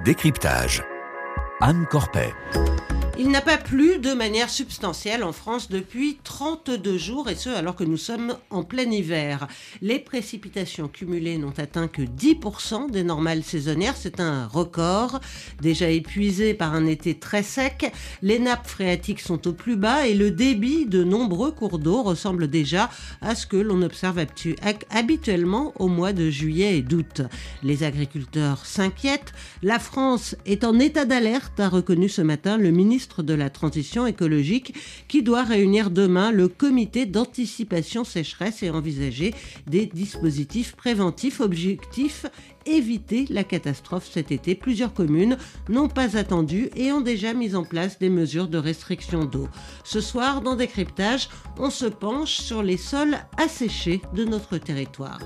Décryptage. Anne Corpet. Il n'a pas plu de manière substantielle en France depuis 32 jours, et ce alors que nous sommes en plein hiver. Les précipitations cumulées n'ont atteint que 10% des normales saisonnières, c'est un record. Déjà épuisé par un été très sec, les nappes phréatiques sont au plus bas et le débit de nombreux cours d'eau ressemble déjà à ce que l'on observe habituellement au mois de juillet et d'août. Les agriculteurs s'inquiètent. La France est en état d'alerte, a reconnu ce matin le ministre de la Transition écologique qui doit réunir demain le comité d'anticipation sécheresse et envisager des dispositifs préventifs. Objectif, éviter la catastrophe cet été. Plusieurs communes n'ont pas attendu et ont déjà mis en place des mesures de restriction d'eau. Ce soir, dans Décryptage, on se penche sur les sols asséchés de notre territoire.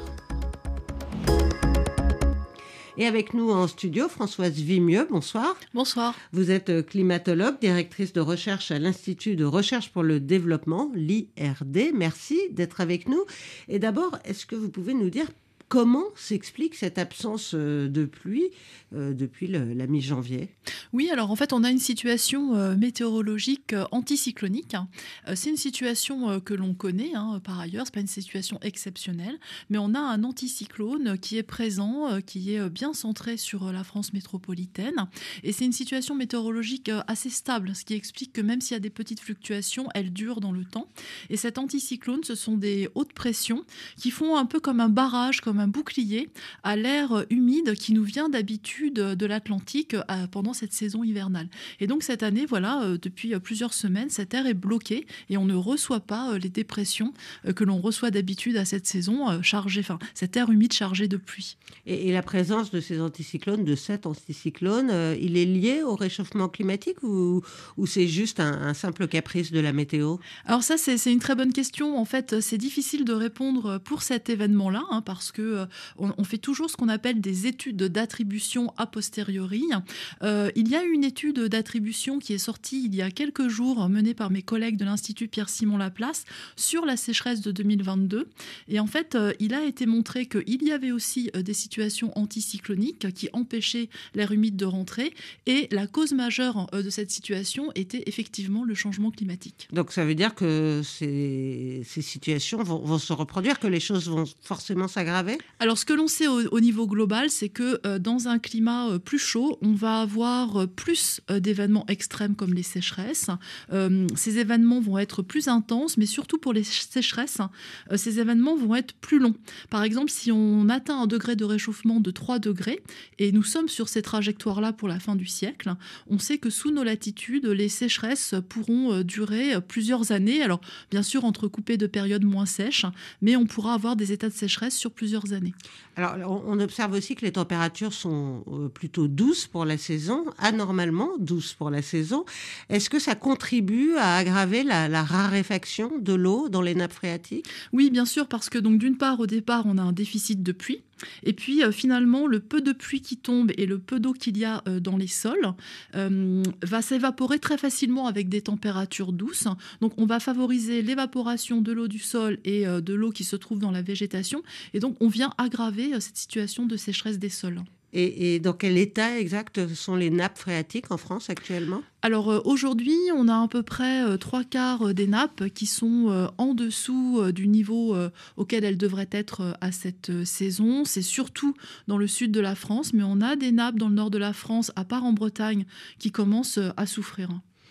Et avec nous en studio, Françoise Vimieux, bonsoir. Bonsoir. Vous êtes climatologue, directrice de recherche à l'Institut de recherche pour le développement, l'IRD. Merci d'être avec nous. Et d'abord, est-ce que vous pouvez nous dire comment s'explique cette absence de pluie depuis la mi-janvier ? Oui, alors en fait, on a une situation météorologique anticyclonique. C'est une situation que l'on connaît par ailleurs, c'est pas une situation exceptionnelle, mais on a un anticyclone qui est présent, qui est bien centré sur la France métropolitaine. Et c'est une situation météorologique assez stable, ce qui explique que même s'il y a des petites fluctuations, elles durent dans le temps. Et cet anticyclone, ce sont des hautes pressions qui font un peu comme un barrage, comme un bouclier à l'air humide qui nous vient d'habitude de l'Atlantique pendant cette saison hivernale. Et donc cette année, depuis plusieurs semaines, cet air est bloqué et on ne reçoit pas les dépressions que l'on reçoit d'habitude à cette saison cet air humide chargé de pluie. Et la présence de ces anticyclones, de cet anticyclone, il est lié au réchauffement climatique ou c'est juste un simple caprice de la météo ? Alors ça, c'est une très bonne question. En fait, c'est difficile de répondre pour cet événement-là, parce que on fait toujours ce qu'on appelle des études d'attribution a posteriori. Il y a une étude d'attribution qui est sortie il y a quelques jours, menée par mes collègues de l'Institut Pierre-Simon Laplace, sur la sécheresse de 2022. Et en fait, il a été montré qu'il y avait aussi des situations anticycloniques qui empêchaient l'air humide de rentrer. Et la cause majeure de cette situation était effectivement le changement climatique. Donc ça veut dire que ces situations vont se reproduire, que les choses vont forcément s'aggraver ? Alors, ce que l'on sait au niveau global, c'est que dans un climat plus chaud, on va avoir plus d'événements extrêmes comme les sécheresses. Ces événements vont être plus intenses, mais surtout pour les sécheresses, ces événements vont être plus longs. Par exemple, si on atteint un degré de réchauffement de 3 degrés, et nous sommes sur ces trajectoires-là pour la fin du siècle, on sait que sous nos latitudes, les sécheresses pourront durer plusieurs années. Alors, bien sûr, entrecoupées de périodes moins sèches, mais on pourra avoir des états de sécheresse sur plusieurs années. Alors, on observe aussi que les températures sont plutôt douces pour la saison, anormalement douces pour la saison. Est-ce que ça contribue à aggraver la raréfaction de l'eau dans les nappes phréatiques ? Oui, bien sûr, parce que donc, d'une part, au départ, on a un déficit de pluie. Et puis finalement, le peu de pluie qui tombe et le peu d'eau qu'il y a dans les sols va s'évaporer très facilement avec des températures douces. Donc on va favoriser l'évaporation de l'eau du sol et de l'eau qui se trouve dans la végétation. Et donc on vient aggraver cette situation de sécheresse des sols. Et dans quel état exact sont les nappes phréatiques en France actuellement ? Alors aujourd'hui, on a à peu près 3/4 des nappes qui sont en dessous du niveau auquel elles devraient être à cette saison. C'est surtout dans le sud de la France, mais on a des nappes dans le nord de la France, à part en Bretagne, qui commencent à souffrir.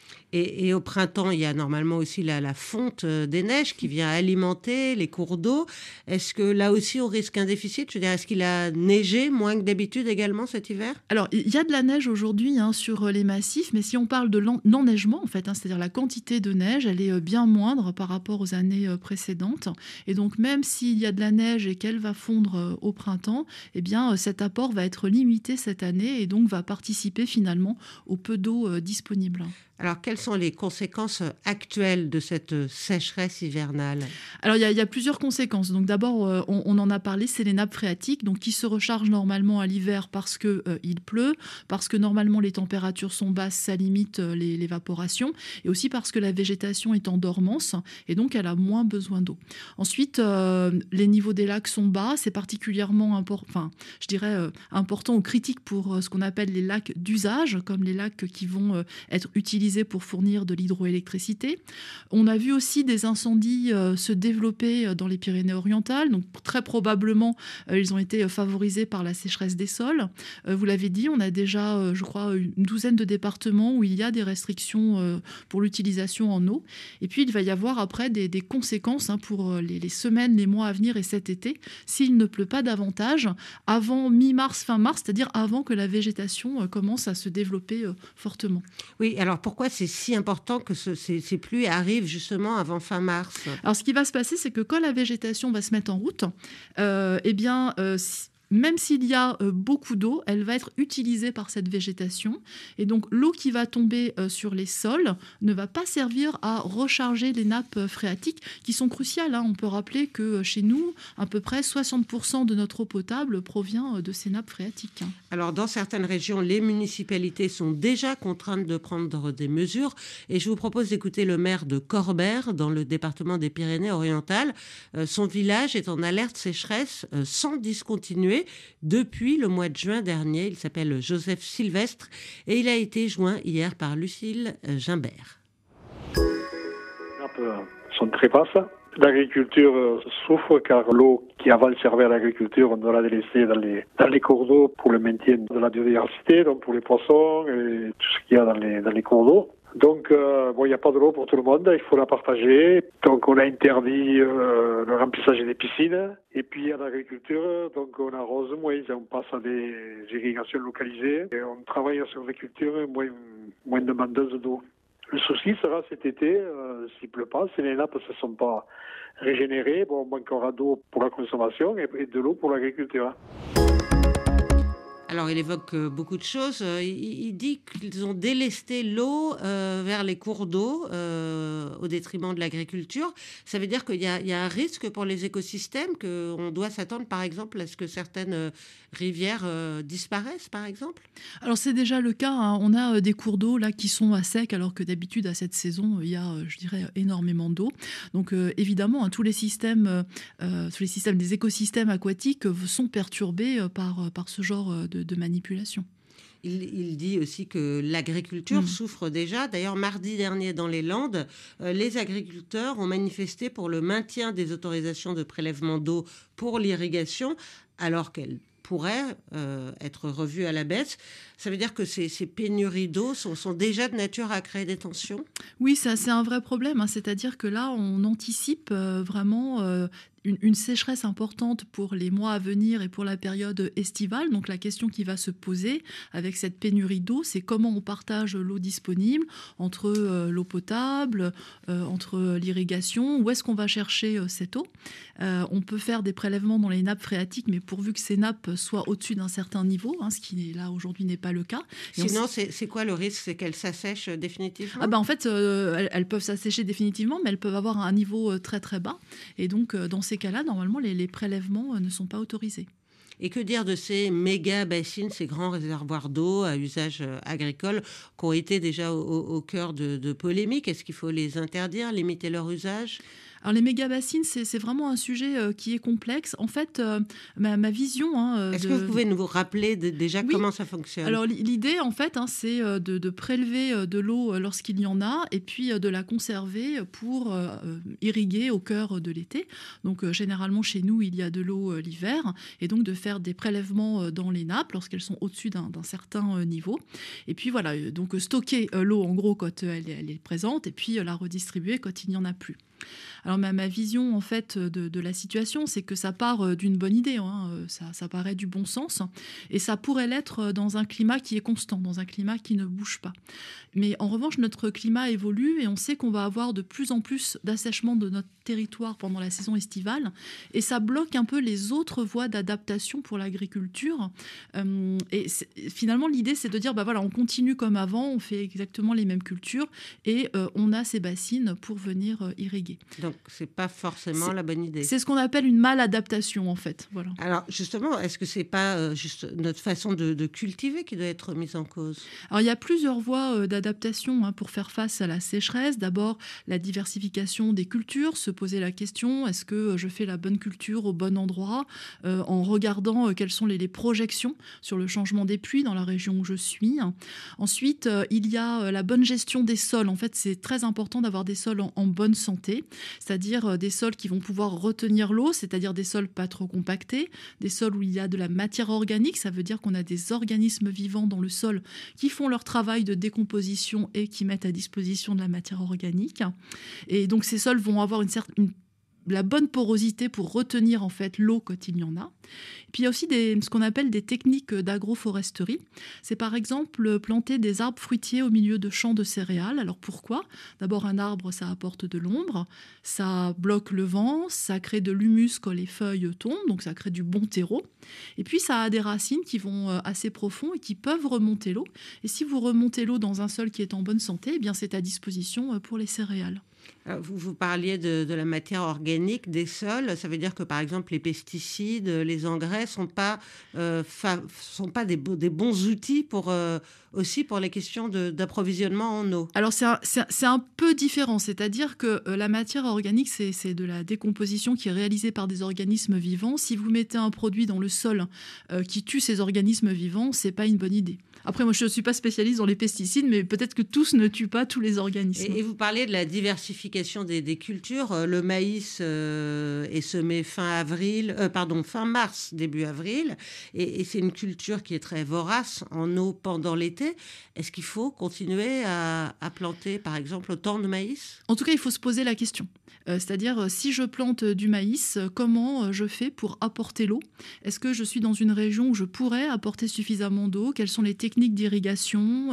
Et au printemps, il y a normalement aussi la fonte des neiges qui vient alimenter les cours d'eau. Est-ce que là aussi, on risque un déficit ? Je veux dire, est-ce qu'il a neigé moins que d'habitude également cet hiver ? Alors, il y a de la neige aujourd'hui sur les massifs, mais si on parle de l'enneigement, en fait, c'est-à-dire la quantité de neige, elle est bien moindre par rapport aux années précédentes. Et donc, même s'il y a de la neige et qu'elle va fondre au printemps, eh bien, cet apport va être limité cette année et donc va participer finalement au peu d'eau disponible. Alors, quelles sont les conséquences actuelles de cette sécheresse hivernale ? Alors, il y a plusieurs conséquences. Donc, d'abord, on en a parlé, c'est les nappes phréatiques, donc qui se rechargent normalement à l'hiver parce qu'il pleut, parce que normalement les températures sont basses, ça limite l'évaporation, et aussi parce que la végétation est en dormance, et donc elle a moins besoin d'eau. Ensuite, les niveaux des lacs sont bas, c'est particulièrement important ou critique pour ce qu'on appelle les lacs d'usage, comme les lacs qui vont être utilisés pour fournir de l'hydroélectricité. On a vu aussi des incendies se développer dans les Pyrénées-Orientales, donc très probablement ils ont été favorisés par la sécheresse des sols. Vous l'avez dit, on a déjà, je crois, une douzaine de départements où il y a des restrictions pour l'utilisation en eau. Et puis il va y avoir après des conséquences pour les semaines, les mois à venir et cet été, s'il ne pleut pas davantage avant mi-mars, fin mars, c'est-à-dire avant que la végétation commence à se développer fortement. Oui, alors pourquoi c'est si important que ces pluies arrivent justement avant fin mars ? Alors, ce qui va se passer, c'est que quand la végétation va se mettre en route, même s'il y a beaucoup d'eau, elle va être utilisée par cette végétation. Et donc, l'eau qui va tomber sur les sols ne va pas servir à recharger les nappes phréatiques, qui sont cruciales. On peut rappeler que chez nous, à peu près 60% de notre eau potable provient de ces nappes phréatiques. Alors, dans certaines régions, les municipalités sont déjà contraintes de prendre des mesures. Et je vous propose d'écouter le maire de Corbère, dans le département des Pyrénées-Orientales. Son village est en alerte sécheresse sans discontinuer depuis le mois de juin dernier. Il s'appelle Joseph Sylvestre et il a été joint hier par Lucille Gimbert. Les nappes sont très basses. L'agriculture souffre car l'eau qui avant servait à l'agriculture, on doit la délaisser dans les cours d'eau pour le maintien de la biodiversité, donc pour les poissons et tout ce qu'il y a dans les cours d'eau. Donc, il n'y a pas de l'eau pour tout le monde, il faut la partager. Donc, on a interdit le remplissage des piscines. Et puis, à l'agriculture, donc on arrose moins, on passe à des irrigations localisées. Et on travaille sur des cultures moins demandeuses d'eau. Le souci sera cet été, s'il pleut pas, si les nappes ne se sont pas régénérées, on manquera d'eau pour la consommation et de l'eau pour l'agriculture. Alors, il évoque beaucoup de choses. Il dit qu'ils ont délesté l'eau vers les cours d'eau au détriment de l'agriculture. Ça veut dire qu'il y a un risque pour les écosystèmes, qu'on doit s'attendre, par exemple, à ce que certaines rivières disparaissent, par exemple ? Alors, c'est déjà le cas. On a des cours d'eau là qui sont à sec, alors que d'habitude, à cette saison, il y a, je dirais, énormément d'eau. Donc, évidemment, tous les systèmes des écosystèmes aquatiques sont perturbés par ce genre de manipulation. Il dit aussi que l'agriculture souffre déjà. D'ailleurs, mardi dernier, dans les Landes, les agriculteurs ont manifesté pour le maintien des autorisations de prélèvement d'eau pour l'irrigation, alors qu'elles pourraient être revues à la baisse. Ça veut dire que ces pénuries d'eau sont déjà de nature à créer des tensions ? Oui, ça, c'est un vrai problème. C'est-à-dire que là, on anticipe vraiment une sécheresse importante pour les mois à venir et pour la période estivale. Donc la question qui va se poser avec cette pénurie d'eau, c'est comment on partage l'eau disponible entre l'eau potable, entre l'irrigation. Où est-ce qu'on va chercher cette eau ? On peut faire des prélèvements dans les nappes phréatiques, mais pourvu que ces nappes soient au-dessus d'un certain niveau, ce qui là aujourd'hui n'est pas le cas. Et sinon, c'est quoi le risque ? C'est qu'elles s'assèchent définitivement ? En fait, elles peuvent s'assécher définitivement, mais elles peuvent avoir un niveau très très bas. Et donc, dans ces cas-là, normalement, les prélèvements ne sont pas autorisés. Et que dire de ces méga bassines, ces grands réservoirs d'eau à usage agricole qui ont été déjà au cœur de polémiques ? Est-ce qu'il faut les interdire, limiter leur usage ? Alors les méga-bassines, c'est vraiment un sujet qui est complexe. En fait, ma vision... Est-ce que vous pouvez nous rappeler déjà comment ça fonctionne ? Alors l'idée, en fait, c'est de prélever de l'eau lorsqu'il y en a et puis de la conserver pour irriguer au cœur de l'été. Donc généralement, chez nous, il y a de l'eau l'hiver et donc de faire des prélèvements dans les nappes lorsqu'elles sont au-dessus d'un certain niveau. Et puis voilà, donc stocker l'eau en gros quand elle est présente et puis la redistribuer quand il n'y en a plus. Alors ma vision en fait de la situation, c'est que ça part d'une bonne idée, ça paraît du bon sens, et ça pourrait l'être dans un climat qui est constant, dans un climat qui ne bouge pas. Mais en revanche, notre climat évolue et on sait qu'on va avoir de plus en plus d'assèchement de notre territoire pendant la saison estivale, et ça bloque un peu les autres voies d'adaptation pour l'agriculture. Et finalement, l'idée, c'est de dire, on continue comme avant, on fait exactement les mêmes cultures, et on a ces bassines pour venir irriguer. Donc, c'est pas forcément la bonne idée. C'est ce qu'on appelle une maladaptation, en fait. Voilà. Alors, justement, est-ce que c'est pas juste notre façon de cultiver qui doit être mise en cause ? Alors, il y a plusieurs voies d'adaptation pour faire face à la sécheresse. D'abord, la diversification des cultures, se poser la question, est-ce que je fais la bonne culture au bon endroit, en regardant quelles sont les projections sur le changement des pluies dans la région où je suis. Ensuite, il y a la bonne gestion des sols. En fait, c'est très important d'avoir des sols en bonne santé, c'est-à-dire des sols qui vont pouvoir retenir l'eau, c'est-à-dire des sols pas trop compactés, des sols où il y a de la matière organique, ça veut dire qu'on a des organismes vivants dans le sol qui font leur travail de décomposition et qui mettent à disposition de la matière organique. Et donc ces sols vont avoir la bonne porosité pour retenir en fait l'eau quand il y en a. Et puis il y a aussi ce qu'on appelle des techniques d'agroforesterie. C'est par exemple planter des arbres fruitiers au milieu de champs de céréales. Alors pourquoi ? D'abord, un arbre, ça apporte de l'ombre, ça bloque le vent, ça crée de l'humus quand les feuilles tombent, donc ça crée du bon terreau. Et puis ça a des racines qui vont assez profond et qui peuvent remonter l'eau. Et si vous remontez l'eau dans un sol qui est en bonne santé, eh bien c'est à disposition pour les céréales. Vous parliez de la matière organique des sols. Ça veut dire que, par exemple, les pesticides, les engrais ne sont pas des bons outils aussi pour les questions d'approvisionnement en eau. Alors, c'est un peu différent. C'est-à-dire que la matière organique, c'est de la décomposition qui est réalisée par des organismes vivants. Si vous mettez un produit dans le sol qui tue ces organismes vivants, ce n'est pas une bonne idée. Après, moi, je ne suis pas spécialiste dans les pesticides, mais peut-être que tous ne tuent pas tous les organismes. Et vous parlez de la diversification des cultures. Le maïs est semé fin mars, début avril. Et c'est une culture qui est très vorace en eau pendant l'été. Est-ce qu'il faut continuer à planter, par exemple, autant de maïs ? En tout cas, il faut se poser la question. C'est-à-dire, si je plante du maïs, comment je fais pour apporter l'eau ? Est-ce que je suis dans une région où je pourrais apporter suffisamment d'eau ? Quelles sont les techniques d'irrigation ?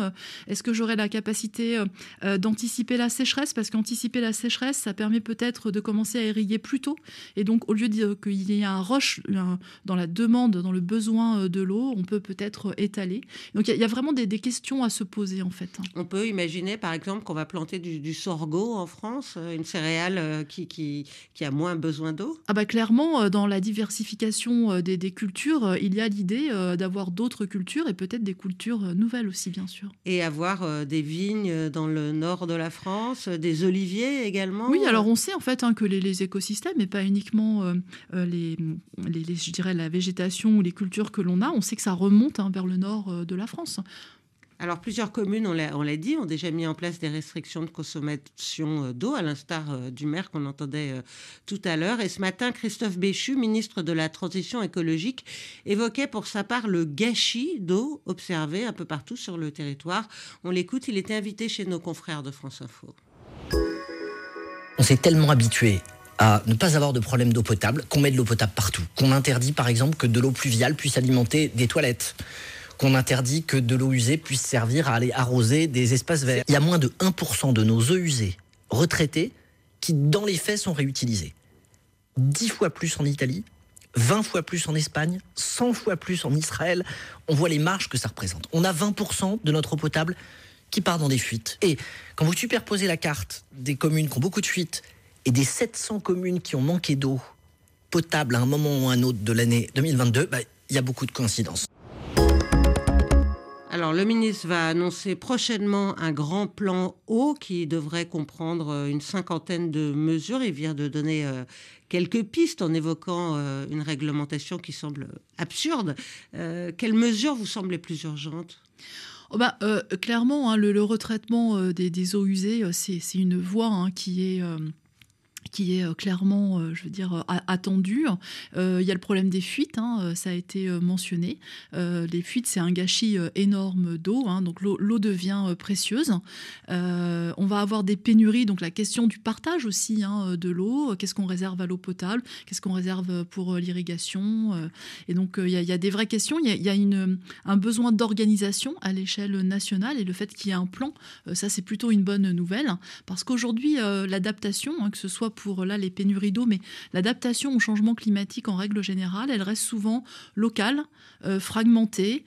Est-ce que j'aurai la capacité d'anticiper la sécheresse ? Parce qu'anticiper la sécheresse, ça permet peut-être de commencer à irriguer plus tôt. Et donc, au lieu qu'il y ait un rush dans la demande, dans le besoin de l'eau, on peut peut-être étaler. Donc, il y a vraiment des questions à se poser, en fait. On peut imaginer, par exemple, qu'on va planter du sorgho en France, une céréale qui a moins besoin d'eau ? Clairement, dans la diversification des cultures, il y a l'idée d'avoir d'autres cultures et peut-être des cultures nouvelles aussi, bien sûr. Et avoir des vignes dans le nord de la France, des oliviers également ? Oui, alors on sait en fait que les écosystèmes, et pas uniquement je dirais la végétation ou les cultures que l'on a, on sait que ça remonte vers le nord de la France. Alors, plusieurs communes, on l'a dit, ont déjà mis en place des restrictions de consommation d'eau, à l'instar du maire qu'on entendait tout à l'heure. Et ce matin, Christophe Béchu, ministre de la Transition écologique, évoquait pour sa part le gâchis d'eau observé un peu partout sur le territoire. On l'écoute, il était invité chez nos confrères de France Info. On s'est tellement habitué à ne pas avoir de problème d'eau potable qu'on met de l'eau potable partout. Qu'on interdit, par exemple, que de l'eau pluviale puisse alimenter des toilettes. Qu'on interdit que de l'eau usée puisse servir à aller arroser des espaces verts. Il y a moins de 1% de nos eaux usées retraitées qui, dans les faits, sont réutilisées. 10 fois plus en Italie, 20 fois plus en Espagne, 100 fois plus en Israël. On voit les marges que ça représente. On a 20% de notre eau potable qui part dans des fuites. Et quand vous superposez la carte des communes qui ont beaucoup de fuites et des 700 communes qui ont manqué d'eau potable à un moment ou à un autre de l'année 2022, il y a beaucoup de coïncidences. Alors, le ministre va annoncer prochainement un grand plan eau qui devrait comprendre une cinquantaine de mesures. Il vient de donner quelques pistes en évoquant une réglementation qui semble absurde. Quelles mesures vous semblent les plus urgentes ? Clairement, le retraitement des eaux usées, c'est une voie qui qui est clairement, attendu. Il y a le problème des fuites, ça a été mentionné. Les fuites, c'est un gâchis énorme d'eau, donc l'eau devient précieuse. On va avoir des pénuries, donc la question du partage aussi de l'eau. Qu'est-ce qu'on réserve à l'eau potable? Qu'est-ce qu'on réserve pour l'irrigation? Et donc, il y a des vraies questions. Il y a un besoin d'organisation à l'échelle nationale, et le fait qu'il y ait un plan, ça, c'est plutôt une bonne nouvelle, parce qu'aujourd'hui, l'adaptation, que ce soit pour les pénuries d'eau, mais l'adaptation au changement climatique en règle générale, elle reste souvent locale, fragmentée,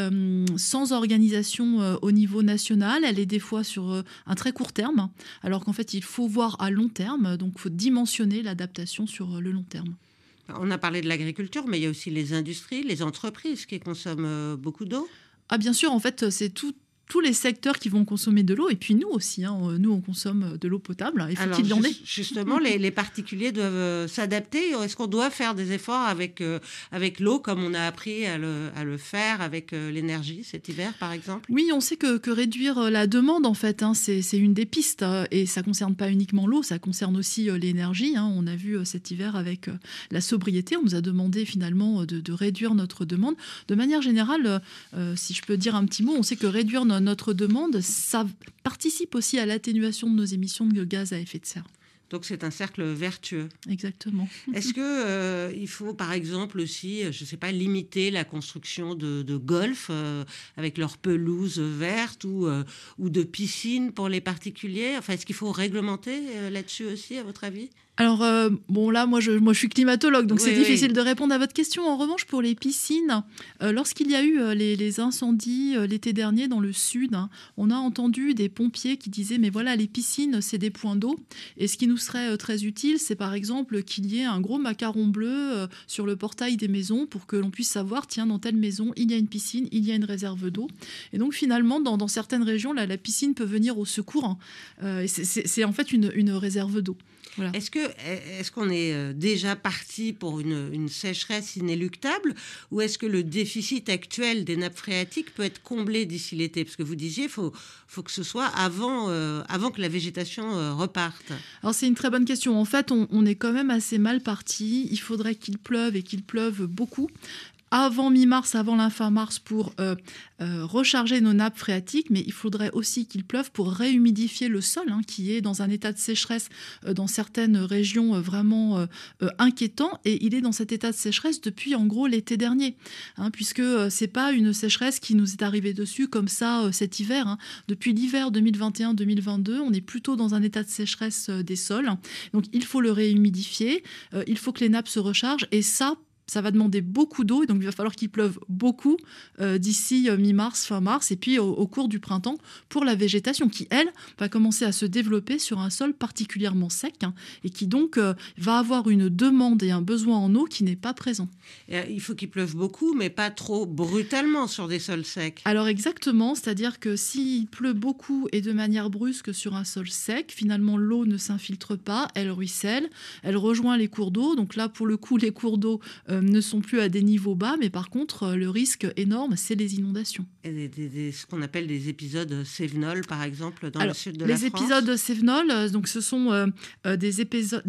sans organisation au niveau national. Elle est des fois sur un très court terme, alors qu'en fait il faut voir à long terme, donc il faut dimensionner l'adaptation sur le long terme. On a parlé de l'agriculture, mais il y a aussi les industries, les entreprises qui consomment beaucoup d'eau. Ah bien sûr, en fait c'est tous les secteurs qui vont consommer de l'eau, et puis nous aussi, nous on consomme de l'eau potable, il faut qu'il y en ait. Justement, les particuliers doivent s'adapter. Est-ce qu'on doit faire des efforts avec l'eau, comme on a appris à le faire avec l'énergie cet hiver, par exemple? Oui, on sait que réduire la demande, en fait, c'est une des pistes, et ça ne concerne pas uniquement l'eau, ça concerne aussi l'énergie. On a vu cet hiver avec la sobriété, on nous a demandé finalement de réduire notre demande. De manière générale, si je peux dire un petit mot, on sait que réduire notre demande, ça participe aussi à l'atténuation de nos émissions de gaz à effet de serre. Donc c'est un cercle vertueux. Exactement. Est-ce que il faut par exemple aussi, je ne sais pas, limiter la construction de golf avec leurs pelouses vertes ou de piscines pour les particuliers? Enfin, est-ce qu'il faut réglementer là-dessus aussi, à votre avis? Alors, là, moi, je suis climatologue, donc oui, c'est difficile de répondre à votre question. En revanche, pour les piscines, lorsqu'il y a eu les incendies l'été dernier dans le sud, on a entendu des pompiers qui disaient « mais voilà, les piscines, c'est des points d'eau ». Et ce qui nous serait très utile, c'est par exemple qu'il y ait un gros macaron bleu sur le portail des maisons pour que l'on puisse savoir, tiens, dans telle maison, il y a une piscine, il y a une réserve d'eau. Et donc, finalement, dans certaines régions, la piscine peut venir au secours. Et c'est en fait une réserve d'eau. Voilà. Est-ce qu'on est déjà parti pour une sécheresse inéluctable, ou est-ce que le déficit actuel des nappes phréatiques peut être comblé d'ici l'été? Parce que vous disiez, faut que ce soit avant que la végétation reparte. Alors c'est une très bonne question. En fait, on est quand même assez mal parti. Il faudrait qu'il pleuve, et qu'il pleuve beaucoup, avant mi-mars, avant la fin mars, pour recharger nos nappes phréatiques, mais il faudrait aussi qu'il pleuve pour réhumidifier le sol, qui est dans un état de sécheresse dans certaines régions vraiment inquiétant, et il est dans cet état de sécheresse depuis en gros l'été dernier, puisque c'est pas une sécheresse qui nous est arrivée dessus comme ça cet hiver. Depuis l'hiver 2021-2022, on est plutôt dans un état de sécheresse des sols, donc il faut le réhumidifier, il faut que les nappes se rechargent, et ça va demander beaucoup d'eau, et donc il va falloir qu'il pleuve beaucoup d'ici mi-mars, fin mars, et puis au cours du printemps, pour la végétation qui, elle, va commencer à se développer sur un sol particulièrement sec, et qui donc va avoir une demande et un besoin en eau qui n'est pas présent. Il faut qu'il pleuve beaucoup, mais pas trop brutalement sur des sols secs. Alors exactement, c'est-à-dire que s'il pleut beaucoup et de manière brusque sur un sol sec, finalement l'eau ne s'infiltre pas, elle ruisselle, elle rejoint les cours d'eau, donc là pour le coup les cours d'eau ne sont plus à des niveaux bas, mais par contre, le risque énorme, c'est les inondations. Et ce qu'on appelle des épisodes Cévenol, par exemple, dans le sud de la France. Les épisodes Cévenol, donc ce sont des épisodes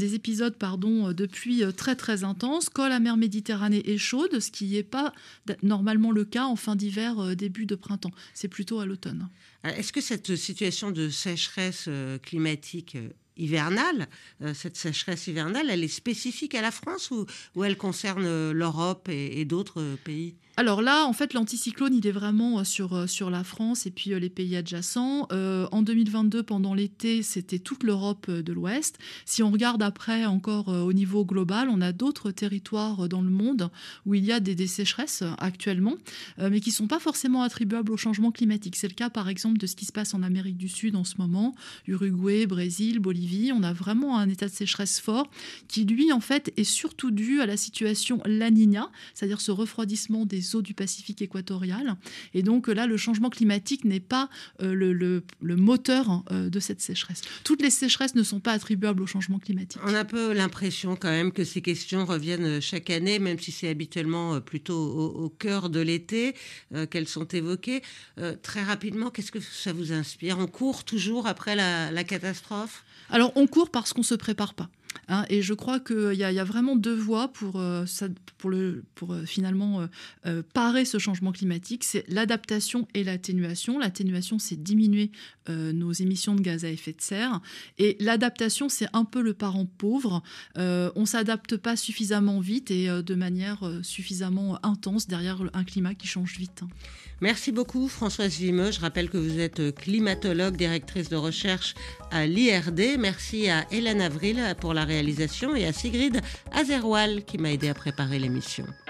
de pluie très très intenses quand la mer Méditerranée est chaude, ce qui n'est pas normalement le cas en fin d'hiver, début de printemps. C'est plutôt à l'automne. Est-ce que cette situation de sécheresse climatique hivernale, cette sécheresse hivernale, elle est spécifique à la France, ou elle concerne l'Europe et d'autres pays? Alors là, en fait, l'anticyclone, il est vraiment sur la France et puis les pays adjacents. En 2022, pendant l'été, c'était toute l'Europe de l'Ouest. Si on regarde après encore au niveau global, on a d'autres territoires dans le monde où il y a des sécheresses actuellement, mais qui ne sont pas forcément attribuables au changement climatique. C'est le cas, par exemple, de ce qui se passe en Amérique du Sud en ce moment, Uruguay, Brésil, Bolivie. On a vraiment un état de sécheresse fort qui, lui, en fait, est surtout dû à la situation La Niña, c'est-à-dire ce refroidissement des eaux du Pacifique équatorial. Et donc là, le changement climatique n'est pas le moteur de cette sécheresse. Toutes les sécheresses ne sont pas attribuables au changement climatique. On a un peu l'impression quand même que ces questions reviennent chaque année, même si c'est habituellement plutôt au cœur de l'été qu'elles sont évoquées. Très rapidement, qu'est-ce que ça vous inspire? On court toujours après la catastrophe? Alors, on court parce qu'on ne se prépare pas. Et je crois qu'il y a vraiment deux voies pour finalement parer ce changement climatique. C'est l'adaptation et l'atténuation. L'atténuation, c'est diminuer nos émissions de gaz à effet de serre. Et l'adaptation, c'est un peu le parent pauvre. On ne s'adapte pas suffisamment vite et de manière suffisamment intense derrière un climat qui change vite. Merci beaucoup Françoise Vimeux. Je rappelle que vous êtes climatologue, directrice de recherche à l'IRD. Merci à Hélène Avril pour la réalisation et à Sigrid Azerwal qui m'a aidé à préparer l'émission.